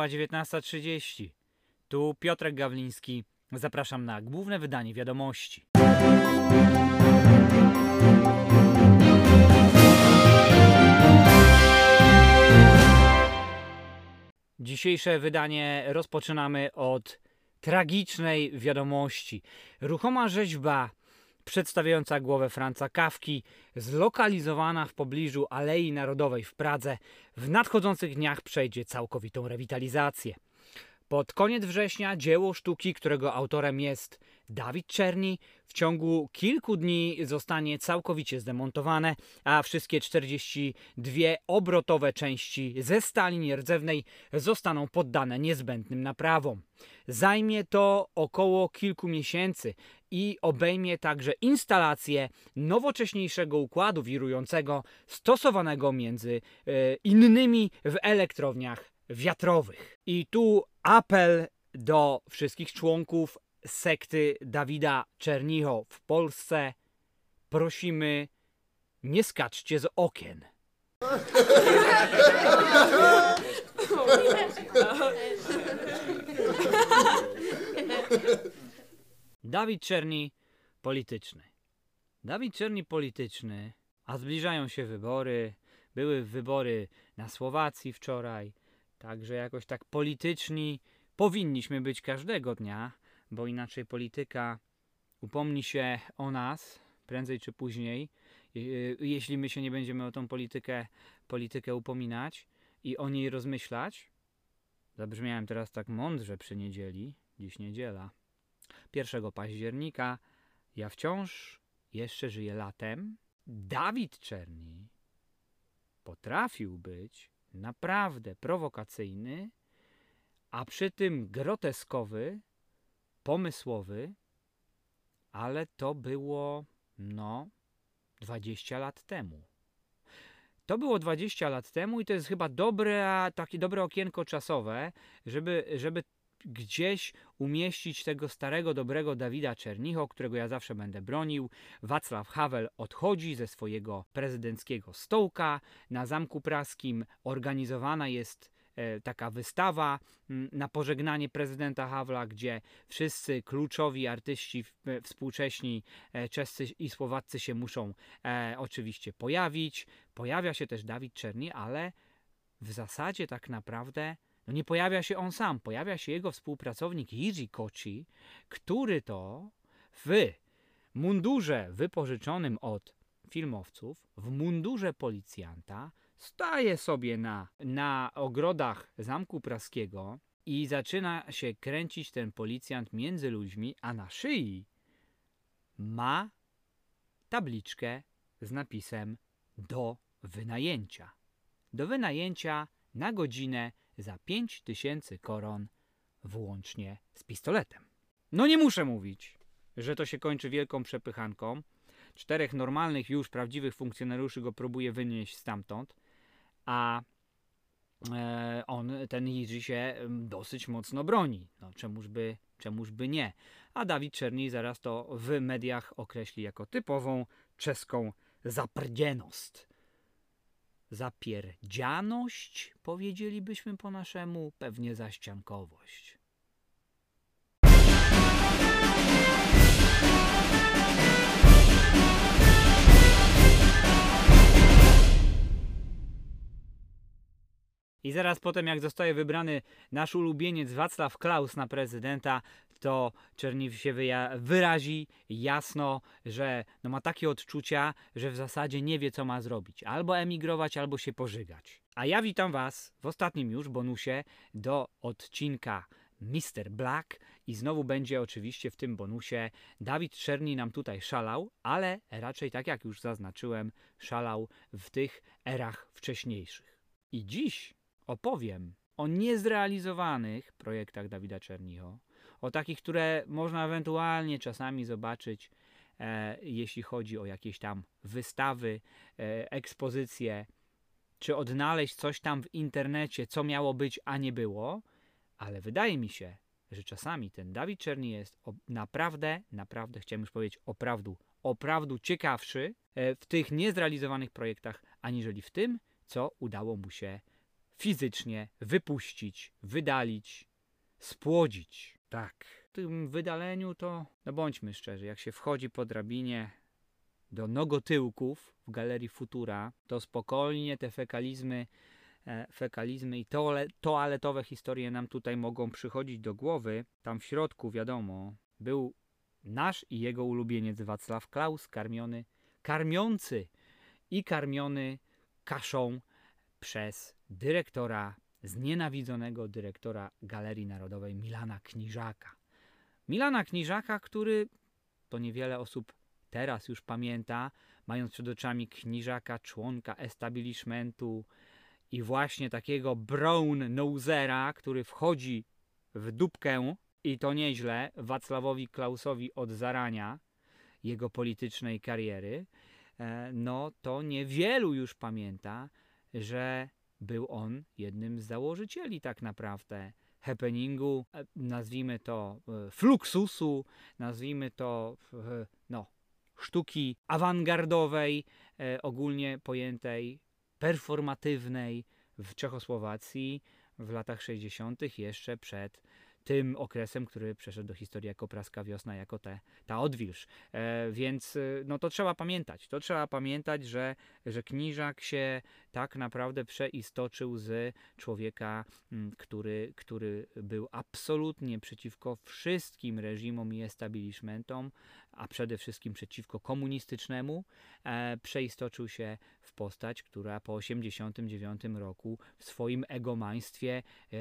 Minęła 19:30. Tu Piotrek Gawliński. Zapraszam na główne wydanie wiadomości. Dzisiejsze wydanie rozpoczynamy od tragicznej wiadomości. Ruchoma rzeźba przedstawiająca głowę Franza Kafki, zlokalizowana w pobliżu Alei Narodowej w Pradze, w nadchodzących dniach przejdzie całkowitą rewitalizację. Pod koniec września dzieło sztuki, którego autorem jest Dawid Czerni, w ciągu kilku dni zostanie całkowicie zdemontowane, a wszystkie 42 obrotowe części ze stali nierdzewnej zostaną poddane niezbędnym naprawom. Zajmie to około kilku miesięcy i obejmie także instalację nowocześniejszego układu wirującego stosowanego między innymi w elektrowniach wiatrowych. I tu apel do wszystkich członków sekty Dawida Czerniho w Polsce. Prosimy, nie skaczcie z okien. Dawid Czerni polityczny. Dawid Czerni polityczny, a zbliżają się wybory. Były wybory na Słowacji wczoraj. Także jakoś tak polityczni powinniśmy być każdego dnia, bo inaczej polityka upomni się o nas prędzej czy później, jeśli my się nie będziemy o tą politykę upominać i o niej rozmyślać. Zabrzmiałem teraz tak mądrze przy niedzieli, dziś niedziela. 1 października, ja wciąż jeszcze żyję latem. Dawid Czerni potrafił być naprawdę prowokacyjny, a przy tym groteskowy, pomysłowy, ale to było 20 lat temu. To było 20 lat temu i to jest chyba takie dobre okienko czasowe, żeby gdzieś umieścić tego starego, dobrego Dawida Czerniho, którego ja zawsze będę bronił. Wacław Havel odchodzi ze swojego prezydenckiego stołka. Na Zamku Praskim organizowana jest taka wystawa na pożegnanie prezydenta Havla, gdzie wszyscy kluczowi artyści współcześni, czescy i słowaccy się muszą oczywiście pojawić. Pojawia się też Dawid Czerni, ale w zasadzie tak naprawdę nie pojawia się on sam, pojawia się jego współpracownik Jiří Koczi, który to w mundurze wypożyczonym od filmowców, w mundurze policjanta, staje sobie na ogrodach Zamku Praskiego i zaczyna się kręcić ten policjant między ludźmi, a na szyi ma tabliczkę z napisem do wynajęcia. Do wynajęcia na godzinę za 5000 koron, włącznie z pistoletem. Nie muszę mówić, że to się kończy wielką przepychanką. 4 normalnych, już prawdziwych funkcjonariuszy go próbuje wynieść stamtąd, a ten Jiří się dosyć mocno broni. Czemuż by nie? A Dawid Czerni zaraz to w mediach określi jako typową czeską zaprdzienost. Zapierdzianość, powiedzielibyśmy po naszemu, pewnie zaściankowość. I zaraz potem, jak zostaje wybrany nasz ulubieniec Wacław Klaus na prezydenta, to Czerni się wyrazi jasno, że ma takie odczucia, że w zasadzie nie wie, co ma zrobić. Albo emigrować, albo się pożygać. A ja witam Was w ostatnim już bonusie do odcinka Mr. Black i znowu będzie oczywiście w tym bonusie Dawid Czerni nam tutaj szalał, ale raczej tak jak już zaznaczyłem, szalał w tych erach wcześniejszych. I dziś opowiem o niezrealizowanych projektach Dawida Czerniho, o takich, które można ewentualnie czasami zobaczyć, jeśli chodzi o jakieś tam wystawy, ekspozycje, czy odnaleźć coś tam w internecie, co miało być, a nie było, ale wydaje mi się, że czasami ten Dawid Czerni jest naprawdę, chciałem już powiedzieć oprawdu ciekawszy w tych niezrealizowanych projektach, aniżeli w tym, co udało mu się w fizycznie wypuścić, wydalić, spłodzić. Tak. W tym wydaleniu to, no bądźmy szczerzy, jak się wchodzi po drabinie do nogotyłków w Galerii Futura, to spokojnie te fekalizmy i toaletowe historie nam tutaj mogą przychodzić do głowy. Tam w środku, wiadomo, był nasz i jego ulubieniec Wacław Klaus, karmiący i karmiony kaszą przez znienawidzonego dyrektora Galerii Narodowej Milana Kniżaka. Milana Kniżaka, który to niewiele osób teraz już pamięta, mając przed oczami Kniżaka, członka establishmentu i właśnie takiego brown nosera, który wchodzi w dupkę i to nieźle Wacławowi Klausowi od zarania jego politycznej kariery, no to niewielu już pamięta, że był on jednym z założycieli tak naprawdę happeningu, nazwijmy to fluxusu, nazwijmy to sztuki awangardowej, ogólnie pojętej, performatywnej w Czechosłowacji w latach 60. jeszcze przed tym okresem, który przeszedł do historii jako Praska Wiosna, jako ta odwilż. Więc no to trzeba pamiętać. To trzeba pamiętać, że Kniżak się tak naprawdę przeistoczył z człowieka, który był absolutnie przeciwko wszystkim reżimom i establishmentom, a przede wszystkim przeciwko komunistycznemu. Przeistoczył się w postać, która po 1989 roku w swoim egomaństwie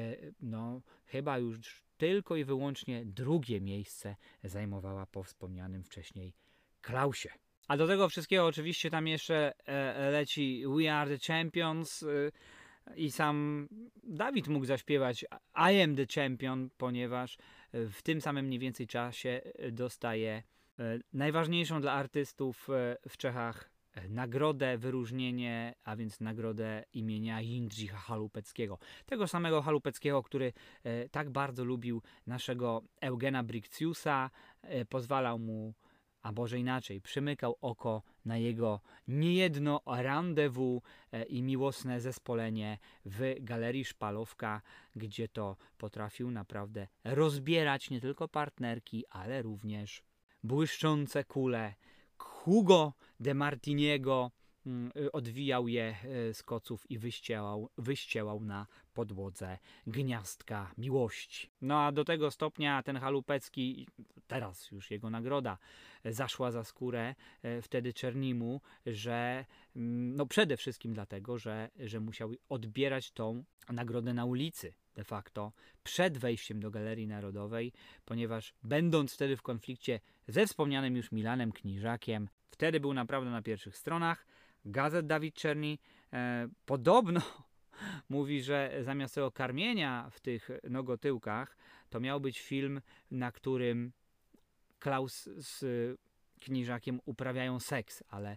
chyba już tylko i wyłącznie drugie miejsce zajmowała po wspomnianym wcześniej Klausie. A do tego wszystkiego oczywiście tam jeszcze leci We Are The Champions i sam Dawid mógł zaśpiewać I Am The Champion, ponieważ w tym samym mniej więcej czasie dostaje najważniejszą dla artystów w Czechach nagrodę, wyróżnienie, a więc nagrodę imienia Jindřicha Chalupeckiego. Tego samego Chalupeckiego, który tak bardzo lubił naszego Eugena Bricciusa, pozwalał mu, a może inaczej, przymykał oko na jego niejedno rendezvous i miłosne zespolenie w Galerii Szpalowka, gdzie to potrafił naprawdę rozbierać nie tylko partnerki, ale również błyszczące kule Hugo de Martiniego, odwijał je z koców i wyścielał na podłodze gniazdka miłości. No a do tego stopnia ten Chalupecki, teraz już jego nagroda, zaszła za skórę wtedy Czernimu, że no przede wszystkim dlatego, że musiał odbierać tą nagrodę na ulicy de facto przed wejściem do Galerii Narodowej, ponieważ będąc wtedy w konflikcie ze wspomnianym już Milanem Kniżakiem, wtedy był naprawdę na pierwszych stronach gazet Dawid Czerni. Podobno mówi, że zamiast tego karmienia w tych nogotyłkach, to miał być film, na którym Klaus z Kniżakiem uprawiają seks, ale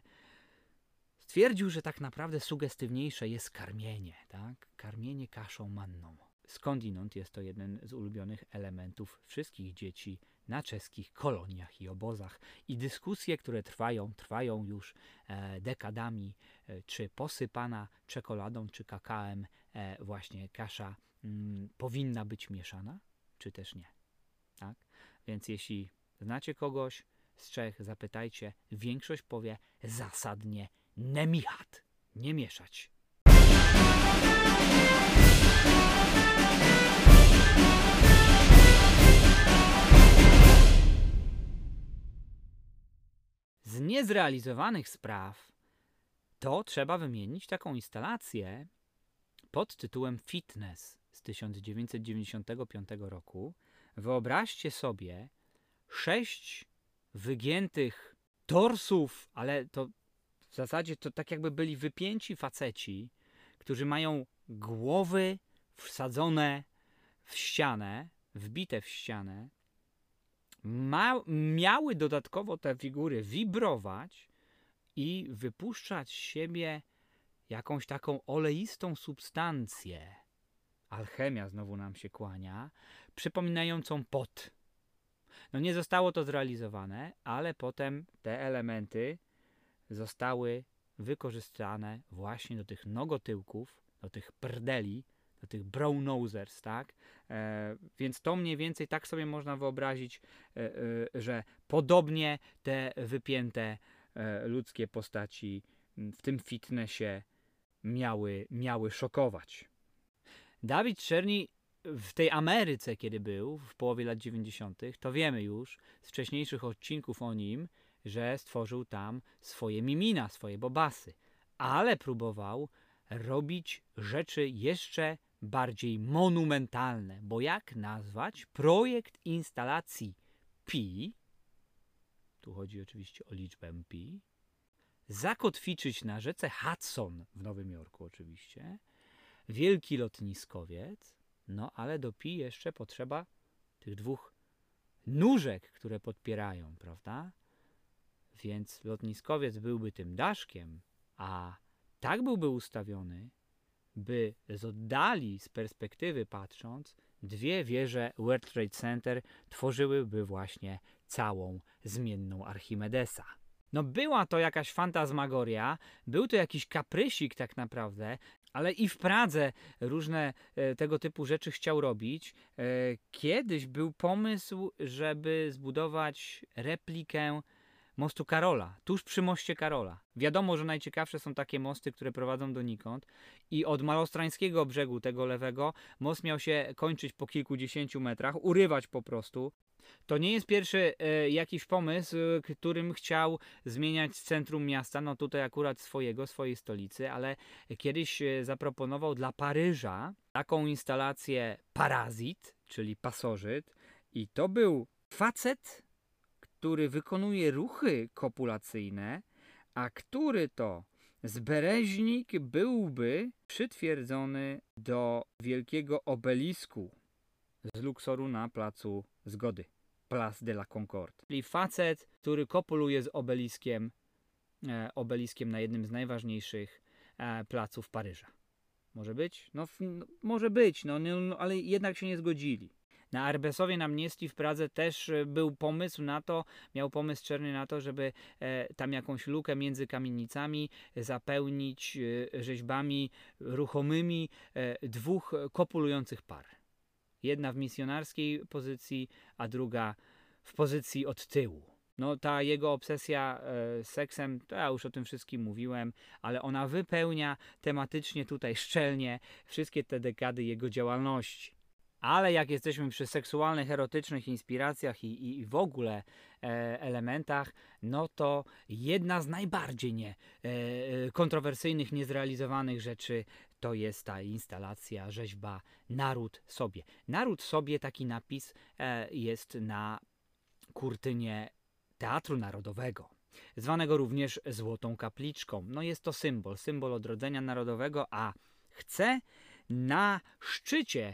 stwierdził, że tak naprawdę sugestywniejsze jest karmienie, tak? Karmienie kaszą manną. Skądinąd jest to jeden z ulubionych elementów wszystkich dzieci na czeskich koloniach i obozach. I dyskusje, które trwają już dekadami, czy posypana czekoladą, czy kakałem właśnie kasza powinna być mieszana, czy też nie. Tak? Więc jeśli znacie kogoś z Czech, zapytajcie, większość powie zasadnie nemíchat, nie mieszać. Z niezrealizowanych spraw to trzeba wymienić taką instalację pod tytułem Fitness z 1995 roku. Wyobraźcie sobie 6 wygiętych torsów, ale to w zasadzie to tak jakby byli wypięci faceci, którzy mają głowy wsadzone w ścianę, wbite w ścianę, miały dodatkowo te figury wibrować i wypuszczać z siebie jakąś taką oleistą substancję. Alchemia znowu nam się kłania, przypominającą pot. No nie zostało to zrealizowane, ale potem te elementy zostały wykorzystane właśnie do tych nogotyłków, do tych prdeli do tych brown-nosers, tak? Więc to mniej więcej tak sobie można wyobrazić, że podobnie te wypięte ludzkie postaci w tym fitnessie miały szokować. Dawid Czerni w tej Ameryce, kiedy był w połowie lat 90., to wiemy już z wcześniejszych odcinków o nim, że stworzył tam swoje mimina, swoje bobasy, ale próbował robić rzeczy jeszcze bardziej monumentalne, bo jak nazwać projekt instalacji Pi, tu chodzi oczywiście o liczbę Pi, zakotwiczyć na rzece Hudson w Nowym Jorku oczywiście, wielki lotniskowiec, no ale do Pi jeszcze potrzeba tych dwóch nóżek, które podpierają, prawda? Więc lotniskowiec byłby tym daszkiem, a tak byłby ustawiony, by z oddali, z perspektywy patrząc, dwie wieże World Trade Center tworzyłyby właśnie całą zmienną Archimedesa. No była to jakaś fantasmagoria, był to jakiś kaprysik tak naprawdę, ale i w Pradze różne tego typu rzeczy chciał robić. Kiedyś był pomysł, żeby zbudować replikę mostu Karola, tuż przy moście Karola. Wiadomo, że najciekawsze są takie mosty, które prowadzą donikąd i od malostrańskiego brzegu tego lewego most miał się kończyć po kilkudziesięciu metrach, urywać po prostu. To nie jest pierwszy jakiś pomysł, którym chciał zmieniać centrum miasta, no tutaj akurat swojej stolicy, ale kiedyś zaproponował dla Paryża taką instalację Parazit, czyli pasożyt, i to był facet, który wykonuje ruchy kopulacyjne, a który to zbereźnik byłby przytwierdzony do wielkiego obelisku z Luksoru na Placu Zgody, Place de la Concorde. Czyli facet, który kopuluje z obeliskiem na jednym z najważniejszych placów Paryża. Może być? No, może być, ale jednak się nie zgodzili. Na Arbesowie na Mniesti w Pradze też był pomysł na to, miał pomysł Czerny na to, żeby tam jakąś lukę między kamienicami zapełnić rzeźbami ruchomymi dwóch kopulujących par. Jedna w misjonarskiej pozycji, a druga w pozycji od tyłu. No ta jego obsesja seksem, to ja już o tym wszystkim mówiłem, ale ona wypełnia tematycznie tutaj szczelnie wszystkie te dekady jego działalności. Ale jak jesteśmy przy seksualnych, erotycznych inspiracjach i w ogóle elementach, no to jedna z najbardziej kontrowersyjnych, niezrealizowanych rzeczy to jest ta instalacja, rzeźba Naród sobie. Naród sobie, taki napis jest na kurtynie Teatru Narodowego, zwanego również Złotą Kapliczką. No jest to symbol odrodzenia narodowego, a chce na szczycie,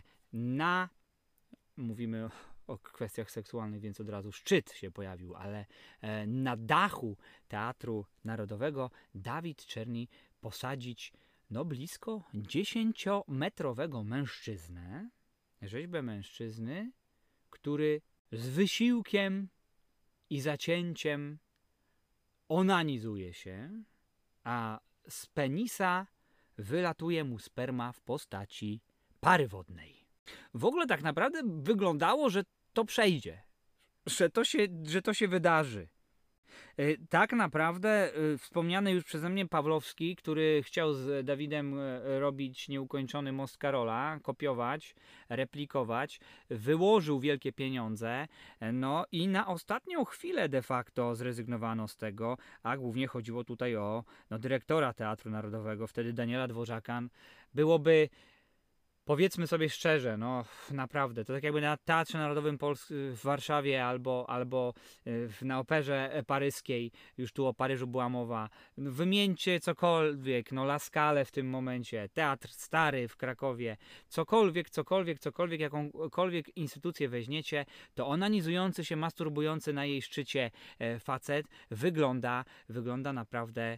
mówimy o kwestiach seksualnych, więc od razu szczyt się pojawił, ale na dachu Teatru Narodowego Dawid Czerni posadzić blisko 10-metrowego mężczyznę, rzeźbę mężczyzny, który z wysiłkiem i zacięciem onanizuje się, a z penisa wylatuje mu sperma w postaci pary wodnej. W ogóle tak naprawdę wyglądało, że to przejdzie, że to się wydarzy. Tak naprawdę wspomniany już przeze mnie Pawłowski, który chciał z Dawidem robić nieukończony most Karola, kopiować, replikować, wyłożył wielkie pieniądze, no i na ostatnią chwilę de facto zrezygnowano z tego, a głównie chodziło tutaj o dyrektora Teatru Narodowego, wtedy Daniela Dworzaka. Byłoby, powiedzmy sobie szczerze, naprawdę, to tak jakby na Teatrze Narodowym w Warszawie albo na Operze Paryskiej, już tu o Paryżu była mowa, wymieńcie cokolwiek, La Scale w tym momencie, Teatr Stary w Krakowie, cokolwiek, jakąkolwiek instytucję weźmiecie, to onanizujący się, masturbujący na jej szczycie facet wygląda naprawdę,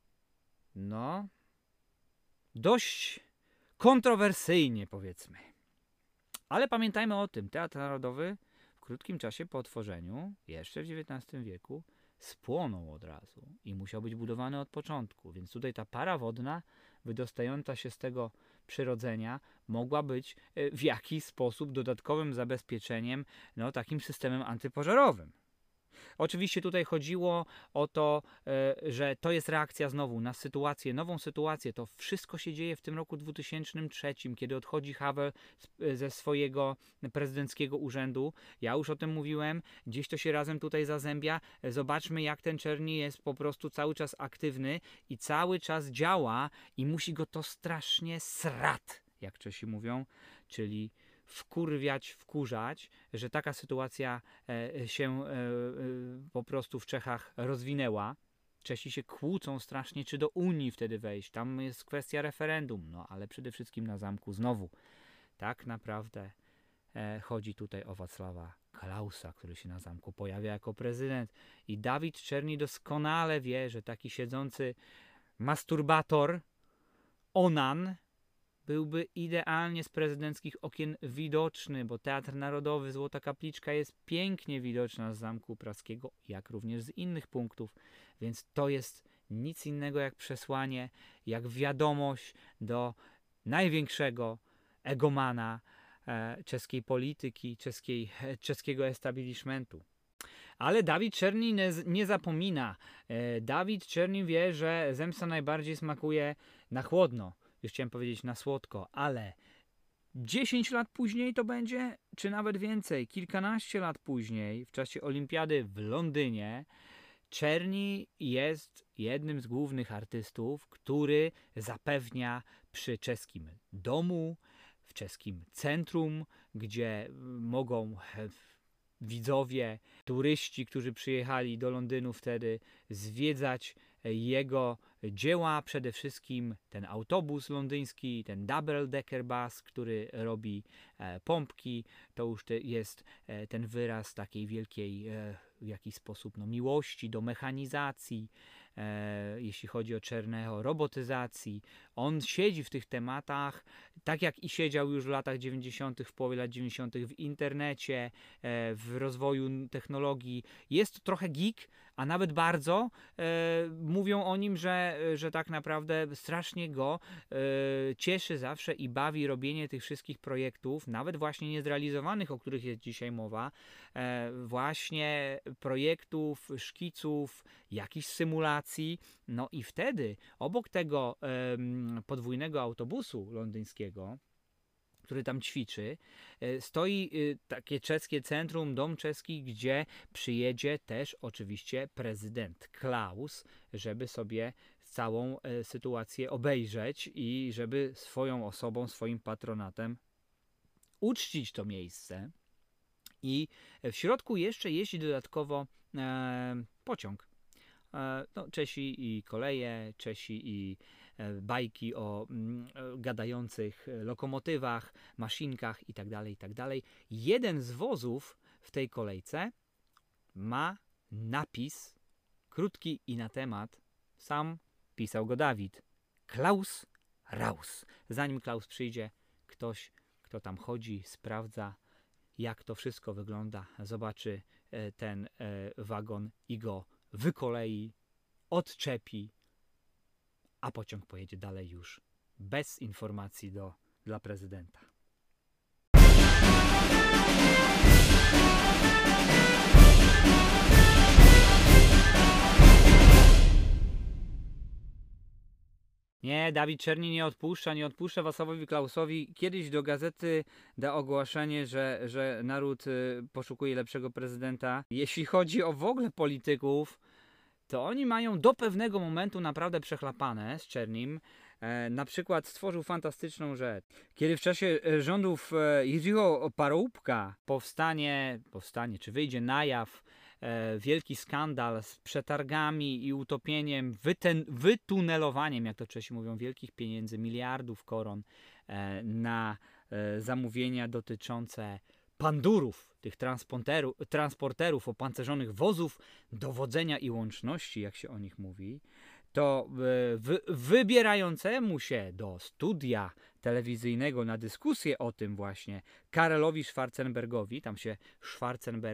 dość kontrowersyjnie, powiedzmy. Ale pamiętajmy o tym, Teatr Narodowy w krótkim czasie po otworzeniu, jeszcze w XIX wieku, spłonął od razu i musiał być budowany od początku. Więc tutaj ta para wodna wydostająca się z tego przyrodzenia mogła być w jakiś sposób dodatkowym zabezpieczeniem, no takim systemem antypożarowym. Oczywiście tutaj chodziło o to, że to jest reakcja znowu na sytuację, nową sytuację. To wszystko się dzieje w tym roku 2003, kiedy odchodzi Havel ze swojego prezydenckiego urzędu. Ja już o tym mówiłem, gdzieś to się razem tutaj zazębia. Zobaczmy, jak ten Czerny jest po prostu cały czas aktywny i cały czas działa i musi go to strasznie srat, jak Czesi mówią, czyli wkurwiać, wkurzać, że taka sytuacja się po prostu w Czechach rozwinęła. Czesi się kłócą strasznie, czy do Unii wtedy wejść. Tam jest kwestia referendum, no ale przede wszystkim na zamku znowu. Tak naprawdę chodzi tutaj o Wacława Klausa, który się na zamku pojawia jako prezydent. I Dawid Czerny doskonale wie, że taki siedzący masturbator, onan, byłby idealnie z prezydenckich okien widoczny, bo Teatr Narodowy, Złota Kapliczka jest pięknie widoczna z Zamku Praskiego, jak również z innych punktów, więc to jest nic innego jak przesłanie, jak wiadomość do największego egomana czeskiej polityki, czeskiego establishmentu. Ale Dawid Czerny nie zapomina. Dawid Czerny wie, że zemsta najbardziej smakuje na chłodno. Już chciałem powiedzieć na słodko, ale 10 lat później to będzie, czy nawet więcej, kilkanaście lat później, w czasie Olimpiady w Londynie, Czerny jest jednym z głównych artystów, który zapewnia przy czeskim domu, w czeskim centrum, gdzie mogą widzowie, turyści, którzy przyjechali do Londynu wtedy, zwiedzać jego dzieła, przede wszystkim ten autobus londyński, ten double-decker bus, który robi pompki. To już jest ten wyraz takiej wielkiej w jakiś sposób miłości do mechanizacji, jeśli chodzi o Czernego, robotyzacji. On siedzi w tych tematach, tak jak i siedział już w latach 90., w połowie lat 90. w internecie, w rozwoju technologii. Jest trochę geek, a nawet bardzo. Mówią o nim, że tak naprawdę strasznie go cieszy zawsze i bawi robienie tych wszystkich projektów, nawet właśnie niezrealizowanych, o których jest dzisiaj mowa, właśnie projektów, szkiców, jakichś symulacji. No i wtedy obok tego podwójnego autobusu londyńskiego, który tam ćwiczy, stoi takie czeskie centrum, dom czeski, gdzie przyjedzie też oczywiście prezydent Klaus, żeby sobie całą sytuację obejrzeć i żeby swoją osobą, swoim patronatem uczcić to miejsce. I w środku jeszcze jeździ dodatkowo pociąg. No, Czesi i koleje, Czesi i bajki o gadających lokomotywach, maszynkach itd., itd. Jeden z wozów w tej kolejce ma napis krótki i na temat, sam pisał go Dawid, Klaus raus. Zanim Klaus przyjdzie, ktoś, kto tam chodzi, sprawdza, jak to wszystko wygląda, zobaczy ten wagon i go wykolei, odczepi, a pociąg pojedzie dalej już bez informacji dla prezydenta. Nie, Dawid Czerny nie odpuszcza Wacławowi Klausowi. Kiedyś do gazety da ogłoszenie, że naród poszukuje lepszego prezydenta. Jeśli chodzi o w ogóle polityków, to oni mają do pewnego momentu naprawdę przechlapane z Czernym. Na przykład stworzył fantastyczną rzecz. Kiedy w czasie rządów Jiřího Paroubka powstanie, czy wyjdzie na jaw wielki skandal z przetargami i utopieniem, wytunelowaniem, jak to Czesi mówią, wielkich pieniędzy, miliardów koron na zamówienia dotyczące pandurów, tych transporterów, opancerzonych wozów dowodzenia i łączności, jak się o nich mówi, to wybierającemu się do studia telewizyjnego na dyskusję o tym właśnie Karelowi Schwarzenbergowi, tam się Schwarzenberg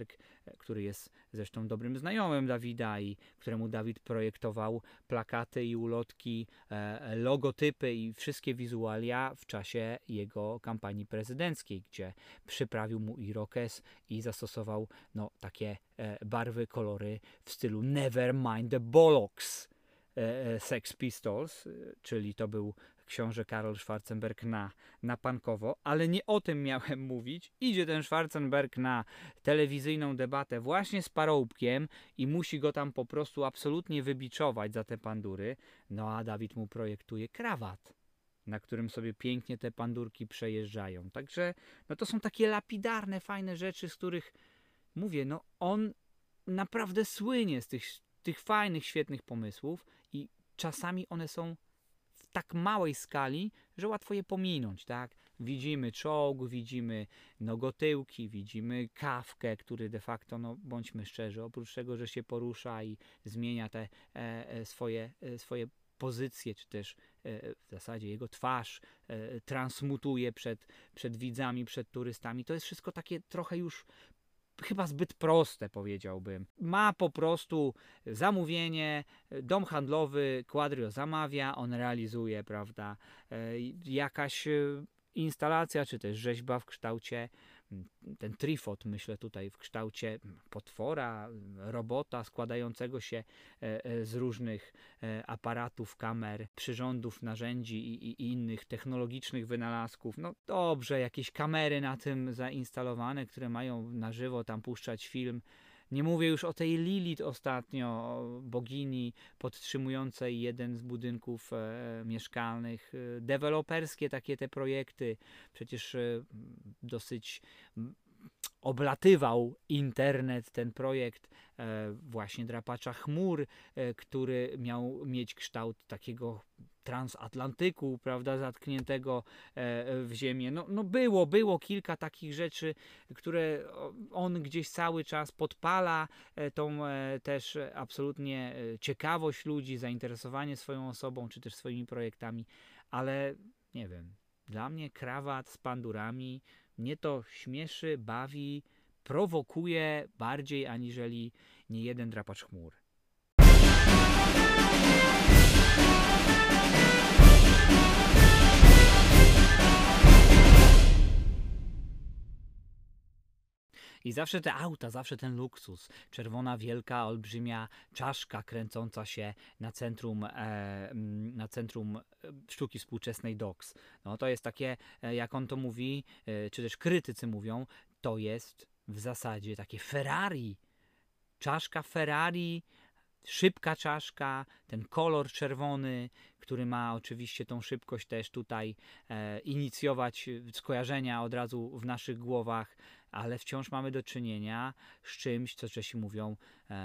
który jest zresztą dobrym znajomym Dawida i któremu Dawid projektował plakaty i ulotki, logotypy i wszystkie wizualia w czasie jego kampanii prezydenckiej, gdzie przyprawił mu irokез i zastosował takie barwy, kolory w stylu Never mind the bollocks Sex Pistols, czyli to był książę Karol Schwarzenberg na pankowo, ale nie o tym miałem mówić. Idzie ten Schwarzenberg na telewizyjną debatę właśnie z Paroubkiem i musi go tam po prostu absolutnie wybiczować za te pandury, a Dawid mu projektuje krawat, na którym sobie pięknie te pandurki przejeżdżają. Także to są takie lapidarne, fajne rzeczy, z których mówię, on naprawdę słynie z tych fajnych, świetnych pomysłów i czasami one są w tak małej skali, że łatwo je pominąć, tak? Widzimy czołg, widzimy nogotyłki, widzimy Kawkę, który de facto, bądźmy szczerzy, oprócz tego, że się porusza i zmienia te swoje pozycje, czy też w zasadzie jego twarz transmutuje przed widzami, przed turystami. To jest wszystko takie trochę już chyba zbyt proste, powiedziałbym. Ma po prostu zamówienie, dom handlowy, Quadrio zamawia, on realizuje, prawda, jakaś instalacja, czy też rzeźba w kształcie, ten trifot, myślę tutaj, w kształcie potwora, robota składającego się z różnych aparatów, kamer, przyrządów, narzędzi i innych technologicznych wynalazków. Dobrze, jakieś kamery na tym zainstalowane, które mają na żywo tam puszczać film. Nie mówię już o tej Lilith ostatnio, bogini podtrzymującej jeden z budynków mieszkalnych. Deweloperskie takie te projekty. Przecież dosyć oblatywał internet ten projekt właśnie drapacza chmur, który miał mieć kształt takiego transatlantyku, prawda, zatkniętego w ziemię. Było kilka takich rzeczy, które on gdzieś cały czas podpala, tą też absolutnie ciekawość ludzi, zainteresowanie swoją osobą, czy też swoimi projektami, ale nie wiem, dla mnie krawat z pandurami, mnie to śmieszy, bawi, prowokuje bardziej aniżeli niejeden drapacz chmur. I zawsze te auta, zawsze ten luksus. Czerwona, wielka, olbrzymia czaszka kręcąca się na centrum sztuki współczesnej Docks. To jest takie, jak on to mówi, czy też krytycy mówią, to jest w zasadzie takie Ferrari. Czaszka Ferrari, szybka czaszka, ten kolor czerwony, który ma oczywiście tą szybkość też tutaj inicjować skojarzenia od razu w naszych głowach, ale wciąż mamy do czynienia z czymś, co Czesi mówią,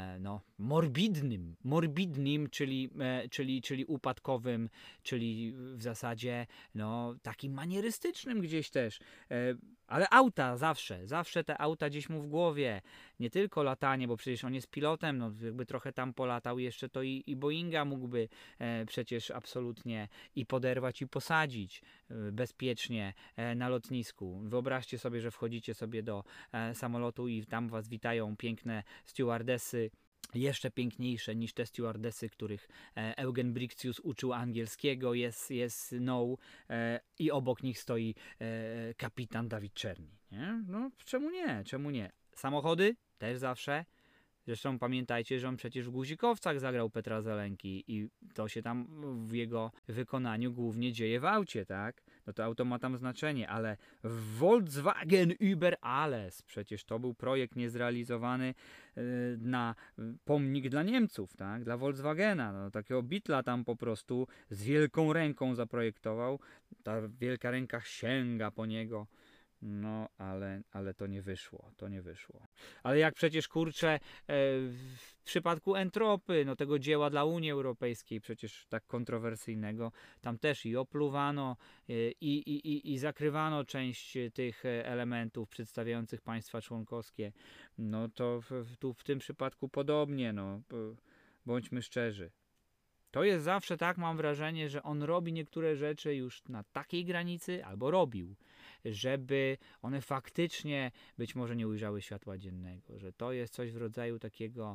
morbidnym, czyli upadkowym, czyli w zasadzie takim manierystycznym gdzieś też. Ale auta zawsze te auta gdzieś mu w głowie. Nie tylko latanie, bo przecież on jest pilotem, jakby trochę tam polatał jeszcze, to i Boeinga mógłby przecież absolutnie i poderwać, i posadzić bezpiecznie na lotnisku. Wyobraźcie sobie, że wchodzicie sobie do samolotu i tam was witają piękne stewardesy, jeszcze piękniejsze niż te stewardesy, których Eugen Brixius uczył angielskiego, jest no, i obok nich stoi kapitan Dawid Czerni. Nie? Czemu nie? Samochody też zawsze. Zresztą pamiętajcie, że on przecież w Guzikowcach zagrał Petra Zelenki i to się tam w jego wykonaniu głównie dzieje w aucie, tak? To auto ma tam znaczenie, ale Volkswagen über alles, przecież to był projekt niezrealizowany na pomnik dla Niemców, tak? Dla Volkswagena, takiego Beatla tam po prostu z wielką ręką zaprojektował, ta wielka ręka sięga po niego. Ale to nie wyszło. Ale jak przecież w przypadku Entropy, tego dzieła dla Unii Europejskiej, przecież tak kontrowersyjnego, tam też i opluwano i zakrywano część tych elementów przedstawiających państwa członkowskie. To w tym przypadku podobnie, bądźmy szczerzy. To jest zawsze tak, mam wrażenie, że on robi niektóre rzeczy już na takiej granicy, albo robił żeby one faktycznie być może nie ujrzały światła dziennego, że to jest coś w rodzaju takiego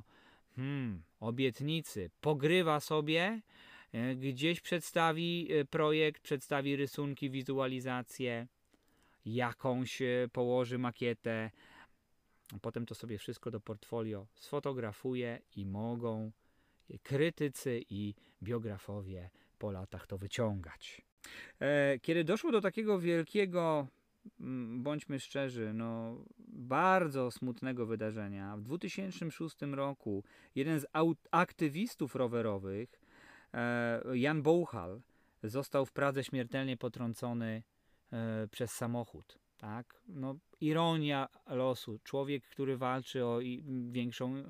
obietnicy. Pogrywa sobie, gdzieś przedstawi projekt, przedstawi rysunki, wizualizację, jakąś położy makietę, a potem to sobie wszystko do portfolio sfotografuje i mogą krytycy i biografowie po latach to wyciągać. Kiedy doszło do takiego wielkiego, bądźmy szczerzy, bardzo smutnego wydarzenia, w 2006 roku jeden z aktywistów rowerowych, Jan Bouchal, został w Pradze śmiertelnie potrącony przez samochód. Tak? Ironia losu. Człowiek, który walczy o większą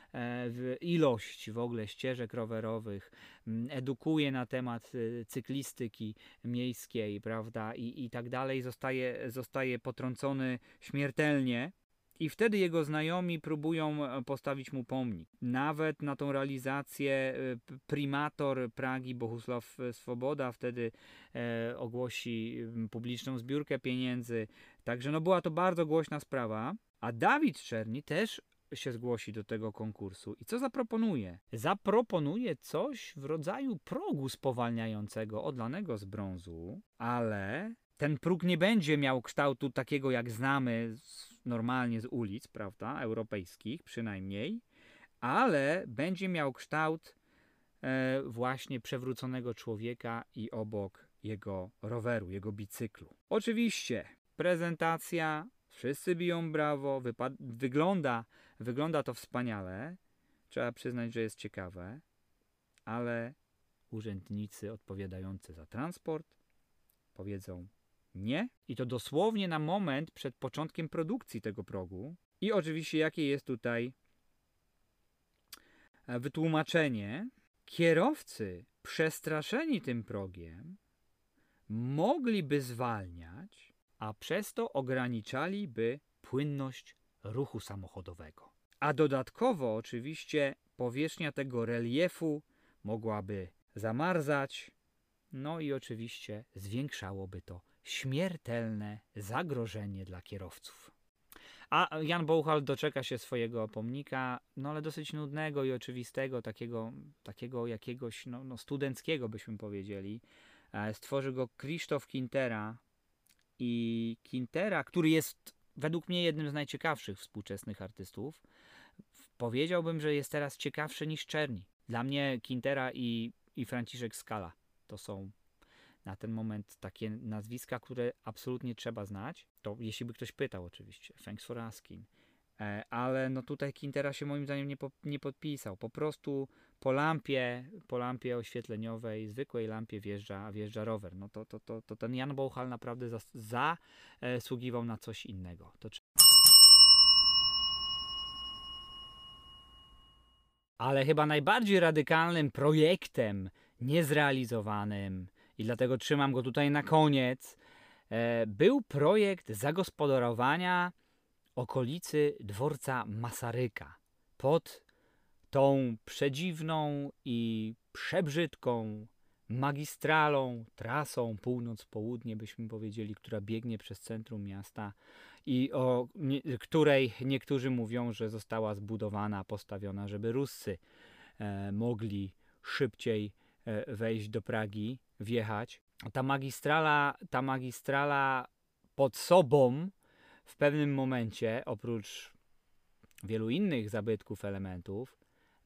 ilość w ogóle ścieżek rowerowych, edukuje na temat cyklistyki miejskiej, prawda, i tak dalej, zostaje potrącony śmiertelnie. I wtedy jego znajomi próbują postawić mu pomnik. Nawet na tą realizację prymator Pragi Bohusław Swoboda wtedy ogłosi publiczną zbiórkę pieniędzy. Także była to bardzo głośna sprawa. A Dawid Czerni też się zgłosi do tego konkursu. I co zaproponuje? Zaproponuje coś w rodzaju progu spowalniającego odlanego z brązu, ale ten próg nie będzie miał kształtu takiego, jak znamy normalnie z ulic, prawda, europejskich przynajmniej, ale będzie miał kształt właśnie przewróconego człowieka i obok jego roweru, jego bicyklu. Oczywiście prezentacja, wszyscy biją brawo, wygląda to wspaniale, trzeba przyznać, że jest ciekawe, ale urzędnicy odpowiadający za transport powiedzą nie. I to dosłownie na moment przed początkiem produkcji tego progu. I oczywiście jakie jest tutaj wytłumaczenie. Kierowcy przestraszeni tym progiem mogliby zwalniać, a przez to ograniczaliby płynność ruchu samochodowego. A dodatkowo oczywiście powierzchnia tego reliefu mogłaby zamarzać, i oczywiście zwiększałoby to śmiertelne zagrożenie dla kierowców. A Jan Bouchal doczeka się swojego pomnika, ale dosyć nudnego i oczywistego, takiego jakiegoś studenckiego, byśmy powiedzieli. Stworzy go Krzysztof Kintera. I Kintera, który jest według mnie jednym z najciekawszych współczesnych artystów, powiedziałbym, że jest teraz ciekawszy niż Czerni. Dla mnie Kintera i Franciszek Skala to są na ten moment takie nazwiska, które absolutnie trzeba znać. To jeśli by ktoś pytał oczywiście. Thanks for asking. Ale tutaj Kintera się moim zdaniem nie podpisał. Po prostu po lampie oświetleniowej, zwykłej lampie wjeżdża rower. To ten Jan Bouchal naprawdę zasługiwał na coś innego. Ale chyba najbardziej radykalnym projektem niezrealizowanym, i dlatego trzymam go tutaj na koniec, był projekt zagospodarowania okolicy dworca Masaryka pod tą przedziwną i przebrzydką magistralą, trasą północ-południe, byśmy powiedzieli, która biegnie przez centrum miasta i o której niektórzy mówią, że została zbudowana, postawiona, żeby Ruscy mogli szybciej wejść do Pragi, wjechać. Ta magistrala pod sobą w pewnym momencie, oprócz wielu innych zabytków, elementów,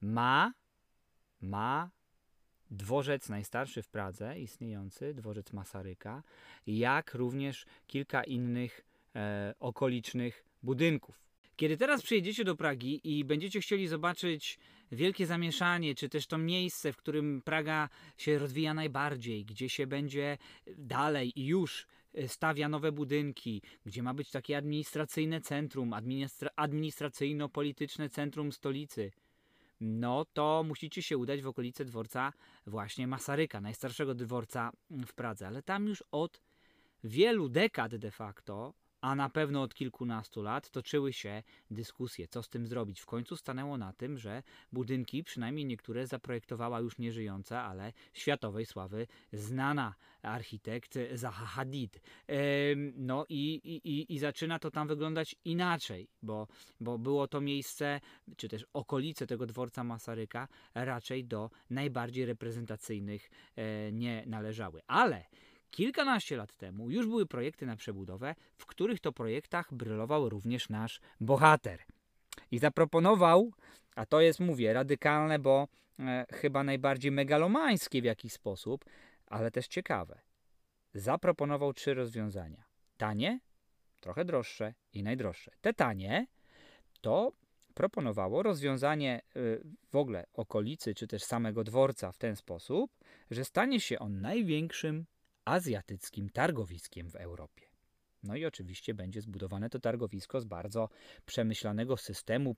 ma dworzec najstarszy w Pradze, istniejący, dworzec Masaryka, jak również kilka innych okolicznych budynków. Kiedy teraz przyjedziecie do Pragi i będziecie chcieli zobaczyć wielkie zamieszanie, czy też to miejsce, w którym Praga się rozwija najbardziej, gdzie się będzie dalej i już stawia nowe budynki, gdzie ma być takie administracyjne centrum, administracyjno-polityczne centrum stolicy, to musicie się udać w okolice dworca właśnie Masaryka, najstarszego dworca w Pradze. Ale tam już od wielu dekad de facto, a na pewno od kilkunastu lat, toczyły się dyskusje, co z tym zrobić. W końcu stanęło na tym, że budynki, przynajmniej niektóre, zaprojektowała już nieżyjąca, ale światowej sławy znana architekt Zaha Hadid. No i zaczyna to tam wyglądać inaczej, bo było to miejsce, czy też okolice tego dworca Masaryka raczej do najbardziej reprezentacyjnych nie należały. Ale kilkanaście lat temu już były projekty na przebudowę, w których to projektach brylował również nasz bohater. I zaproponował, a to jest, mówię, radykalne, bo chyba najbardziej megalomańskie w jakiś sposób, ale też ciekawe. Zaproponował 3 rozwiązania. Tanie, trochę droższe i najdroższe. Te tanie to proponowało rozwiązanie w ogóle okolicy, czy też samego dworca w ten sposób, że stanie się on największym azjatyckim targowiskiem w Europie. No i oczywiście będzie zbudowane to targowisko z bardzo przemyślanego systemu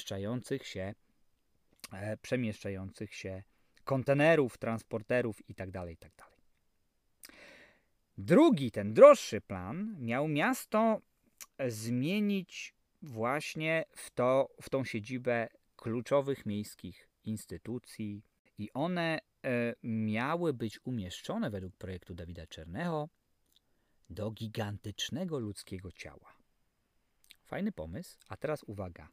przemieszczających się kontenerów, transporterów itd., itd. Drugi, ten droższy plan miał miasto zmienić właśnie w tą siedzibę kluczowych miejskich instytucji i one miały być umieszczone według projektu Dawida Czernego do gigantycznego ludzkiego ciała. Fajny pomysł, a teraz uwaga.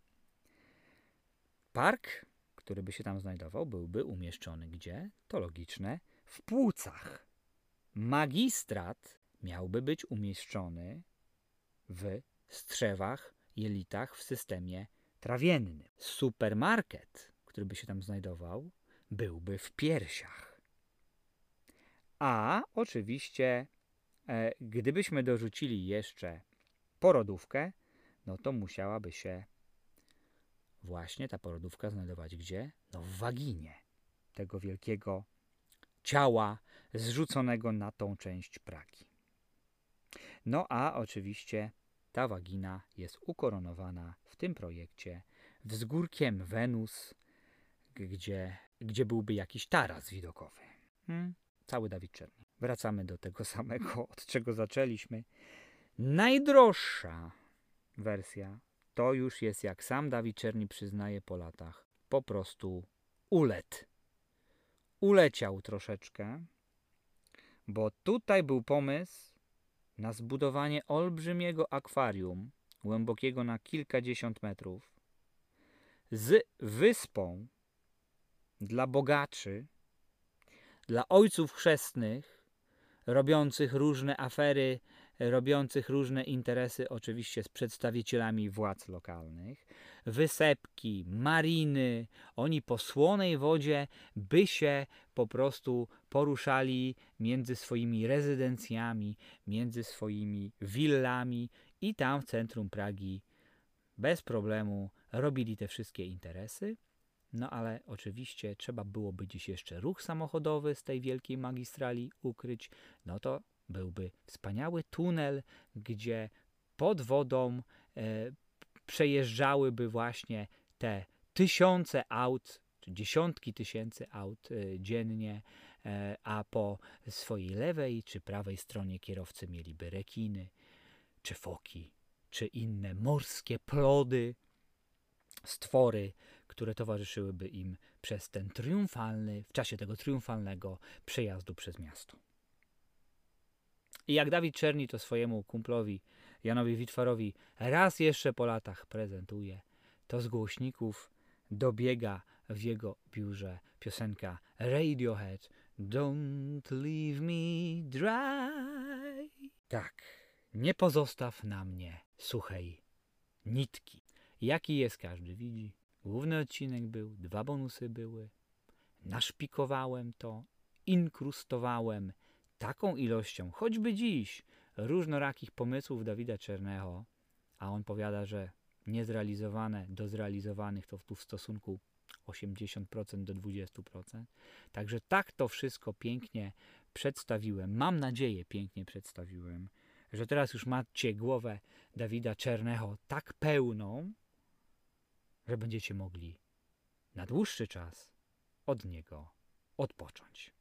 Park, który by się tam znajdował, byłby umieszczony gdzie? To logiczne, w Płucach. Magistrat miałby być umieszczony w Strzewach, Jelitach w systemie trawiennym. Supermarket, który by się tam znajdował, byłby w Piersiach. A oczywiście, gdybyśmy dorzucili jeszcze porodówkę, no to musiałaby się właśnie ta porodówka znajdować gdzie? No w waginie tego wielkiego ciała zrzuconego na tą część Pragi. No a oczywiście ta wagina jest ukoronowana w tym projekcie wzgórkiem Wenus, gdzie byłby jakiś taras widokowy. Cały Dawid Czerny. Wracamy do tego samego, od czego zaczęliśmy. Najdroższa wersja to już jest, jak sam Dawid Czerny przyznaje po latach, po prostu uleciał troszeczkę, bo tutaj był pomysł na zbudowanie olbrzymiego akwarium, głębokiego na kilkadziesiąt metrów, z wyspą dla bogaczy, dla ojców chrzestnych, robiących różne afery, robiących różne interesy, oczywiście z przedstawicielami władz lokalnych, wysepki, mariny, oni po słonej wodzie by się po prostu poruszali między swoimi rezydencjami, między swoimi willami i tam w centrum Pragi bez problemu robili te wszystkie interesy. No ale oczywiście trzeba byłoby dziś jeszcze ruch samochodowy z tej wielkiej magistrali ukryć. No to byłby wspaniały tunel, gdzie pod wodą przejeżdżałyby właśnie te tysiące aut, czy dziesiątki tysięcy aut dziennie, a po swojej lewej czy prawej stronie kierowcy mieliby rekiny, czy foki, czy inne morskie plody, stwory, które towarzyszyłyby im w czasie tego triumfalnego przejazdu przez miasto. I jak Dawid Czerny to swojemu kumplowi Janowi Witwarowi raz jeszcze po latach prezentuje, to z głośników dobiega w jego biurze piosenka Radiohead Don't Leave Me Dry. Tak, nie pozostaw na mnie suchej nitki. Jaki jest, każdy widzi. Główny odcinek był, 2 bonusy były. Naszpikowałem to, inkrustowałem taką ilością, choćby dziś, różnorakich pomysłów Dawida Czernego, a on powiada, że niezrealizowane do zrealizowanych to tu w stosunku 80% do 20%. Także tak to wszystko pięknie przedstawiłem. Mam nadzieję, pięknie przedstawiłem, że teraz już macie głowę Dawida Czernego tak pełną, że będziecie mogli na dłuższy czas od niego odpocząć.